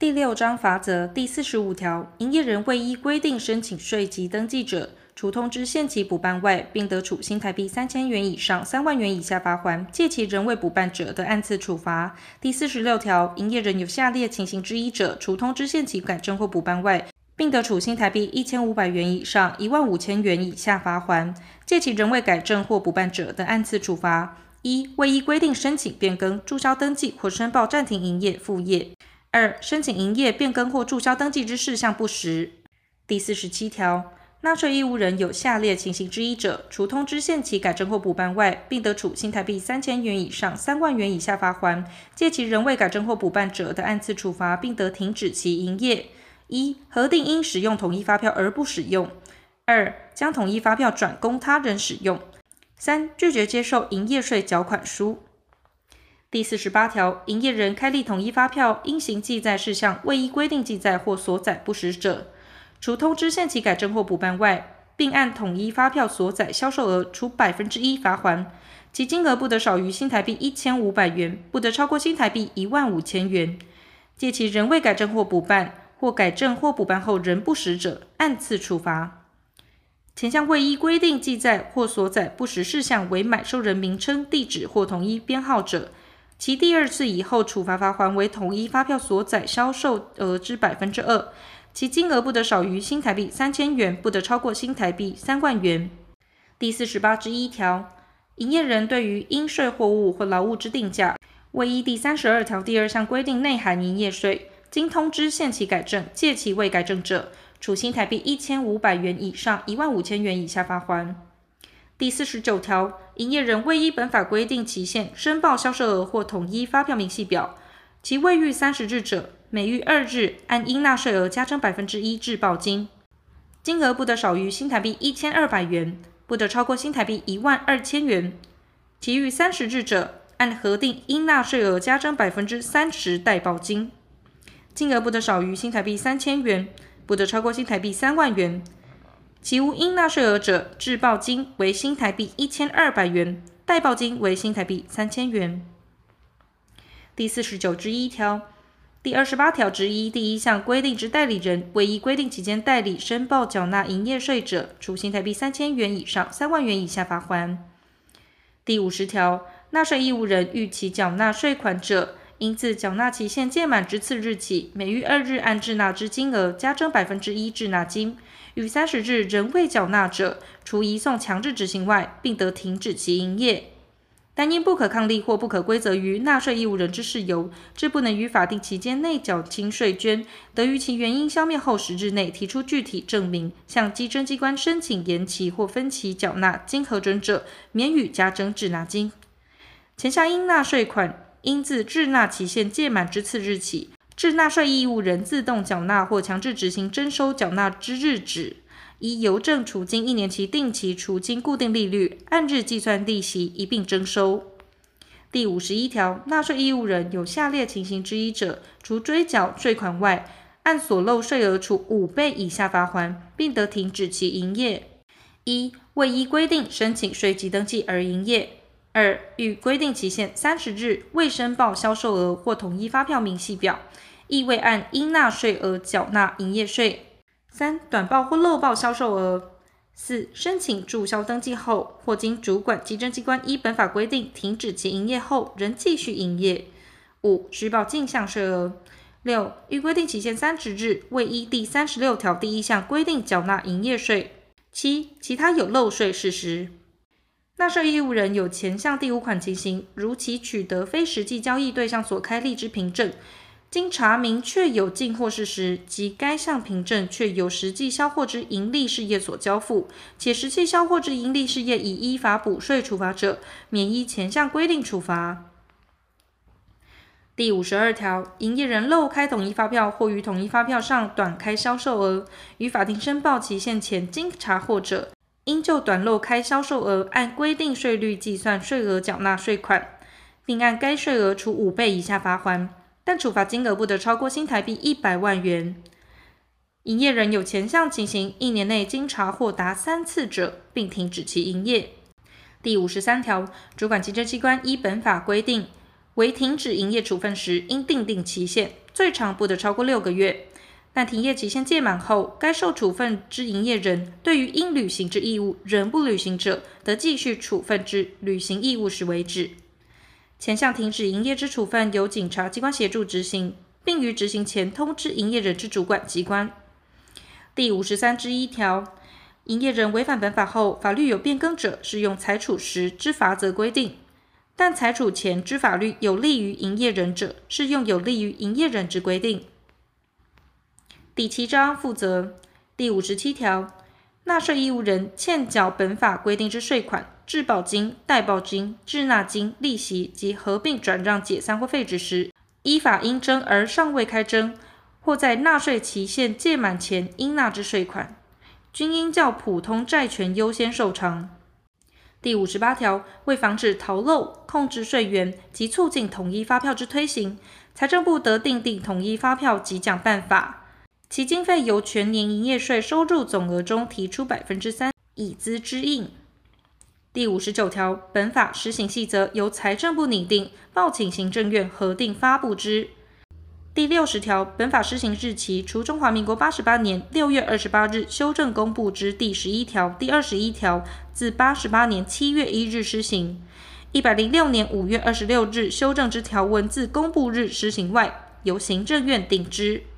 第6章法则第45条，营业人未依规定申请税及登记者，除通知限期补办外，并得处新台币3000元以上3万元以下罚锾；届期仍未补办者，得按次处罚。第46条，营业人有下列情形之一者，除通知限期改正或补办外，并得处新台币1500元以上15000元以下罚锾；届期仍未改正或补办者，得按次处罚。1. 未依规定申请变更、注销登记或申报暂停营业、复业。2. 申请营业变更或注销登记之事项不实。第47条，纳税义务人有下列情形之一者，除通知限期改正或补办外，并得处新台币3000元以上3万元以下罚锾；届期仍未改正或补办者，得按次处罚，并得停止其营业。1. 核定应使用统一发票而不使用。2. 将统一发票转供他人使用。3. 拒绝接受营业税缴款书。第48条，营业人开立统一发票，应行记载事项未依规定记载或所载不实者，除通知限期改正或补办外，并按统一发票所载销售额处1%罚锾，其金额不得少于新台币1500元，不得超过新台币15000元。届期仍未改正或补办，或改正或补办后仍不实者，按次处罚。前项未依规定记载或所载不实事项为买受人名称、地址或统一编号者，其第2次以后处罚罚锾为统一发票所载销售额之2%，其金额不得少于新台币3000元，不得超过新台币3万元。第48之1条，营业人对于应税货物或劳务之定价，未依第32条第2项规定内含营业税，经通知限期改正、届期未改正者，处新台币1500元以上15000元以下罚锾。第49条，营业人未依本法规定期限申报销售额或统一发票明细表，其未逾30日者，每逾2日按应纳税额加征1%滞报金，金额不得少于新台币1200元，不得超过新台币12000元；其余30日者，按核定应纳税额加征30%代报金，金额不得少于新台币3000元，不得超过新台币3万元。其无应纳税额者，滞报金为新台币1200元，代报金为新台币3000元。第49之1条，第28条之1第1项规定之代理人，未依规定期间代理申报缴纳营业税者，处新台币3000元以上3万元以下罚锾。第50条，纳税义务人逾期缴纳税款者，应自缴纳期限届满之次日起，每逾2日按滞纳之金额加征1%滞纳金；逾30日仍未缴纳者，除移送强制执行外，并得停止其营业。但因不可抗力或不可归责于纳税义务人之事由，致不能于法定期间内缴清税捐，得于其原因消灭后10日内提出具体证明，向稽征机关申请延期或分期缴纳，经核准者，免予加征滞纳金。前项应纳税款，应自滞纳期限届满之次日起，至纳税义务人自动缴纳或强制执行征收缴纳之日止，依邮政储金1年期定期储金固定利率，按日计算利息一并征收。第51条，纳税义务人有下列情形之一者，除追缴税款外，按所漏税额处5倍以下罚锾，并得停止其营业。1. 未依规定申请税籍登记而营业。2. 逾规定期限30日未申报销售额或统一发票明细表，亦未按应纳税额缴纳营业税。3. 短报或漏报销售额。4. 申请注销登记后，或经主管稽征机关依本法规定停止其营业后，仍继续营业。5. 虚报进项税额。6. 逾规定期限30日未依第36条第1项规定缴纳营业税。7. 其他有漏税事实。纳税义务人有前项第5款情形，如其取得非实际交易对象所开立之凭证，经查明确有进货事实，及该项凭证确有实际销货之营利事业所交付，且实际销货之营利事业已依法补税处罚者，免依前项规定处罚。第52条，营业人漏开统一发票或于统一发票上短开销售额，于法定申报期限前经查获者，应就短漏开销售额按规定税率计算税额缴纳税款，并按该税额处5倍以下罚锾，但处罚金额不得超过新台币100万元。营业人有前项情形1年内经查获达3次者，并停止其营业。第53条，主管稽征机关依本法规定，为停止营业处分时，应订定期限， 最长不得超过6个月。但停业期限届满后，该受处分之营业人对于应履行之义务仍不履行者，得继续处分之履行义务时为止。前项停止营业之处分由警察机关协助执行，并于执行前通知营业人之主管机关。第53之1条，营业人违反本法后，法律有变更者，适用裁处时之罚则规定；但裁处前之法律有利于营业人者，适用有利于营业人之规定。第7章负责。第57条，纳税义务人欠缴本法规定之税款、质保金、代报金、滞纳金、利息及合并转让解散或废止时，依法应征而尚未开征，或在纳税期限届满前应纳之税款，均应较普通债权优先受偿。第58条，为防止逃漏、控制税源及促进统一发票之推行，财政部得订定统一发票及奖办法，其经费由全年营业税收入总额中提出 3%， 以资支应。第59条，本法施行细则由财政部拟定，报请行政院核定发布之。第60条，本法施行日期除中华民国88年6月28日修正公布之第11条、第21条自88年7月1日施行，106年5月26日修正之条文自公布日施行外，由行政院定之。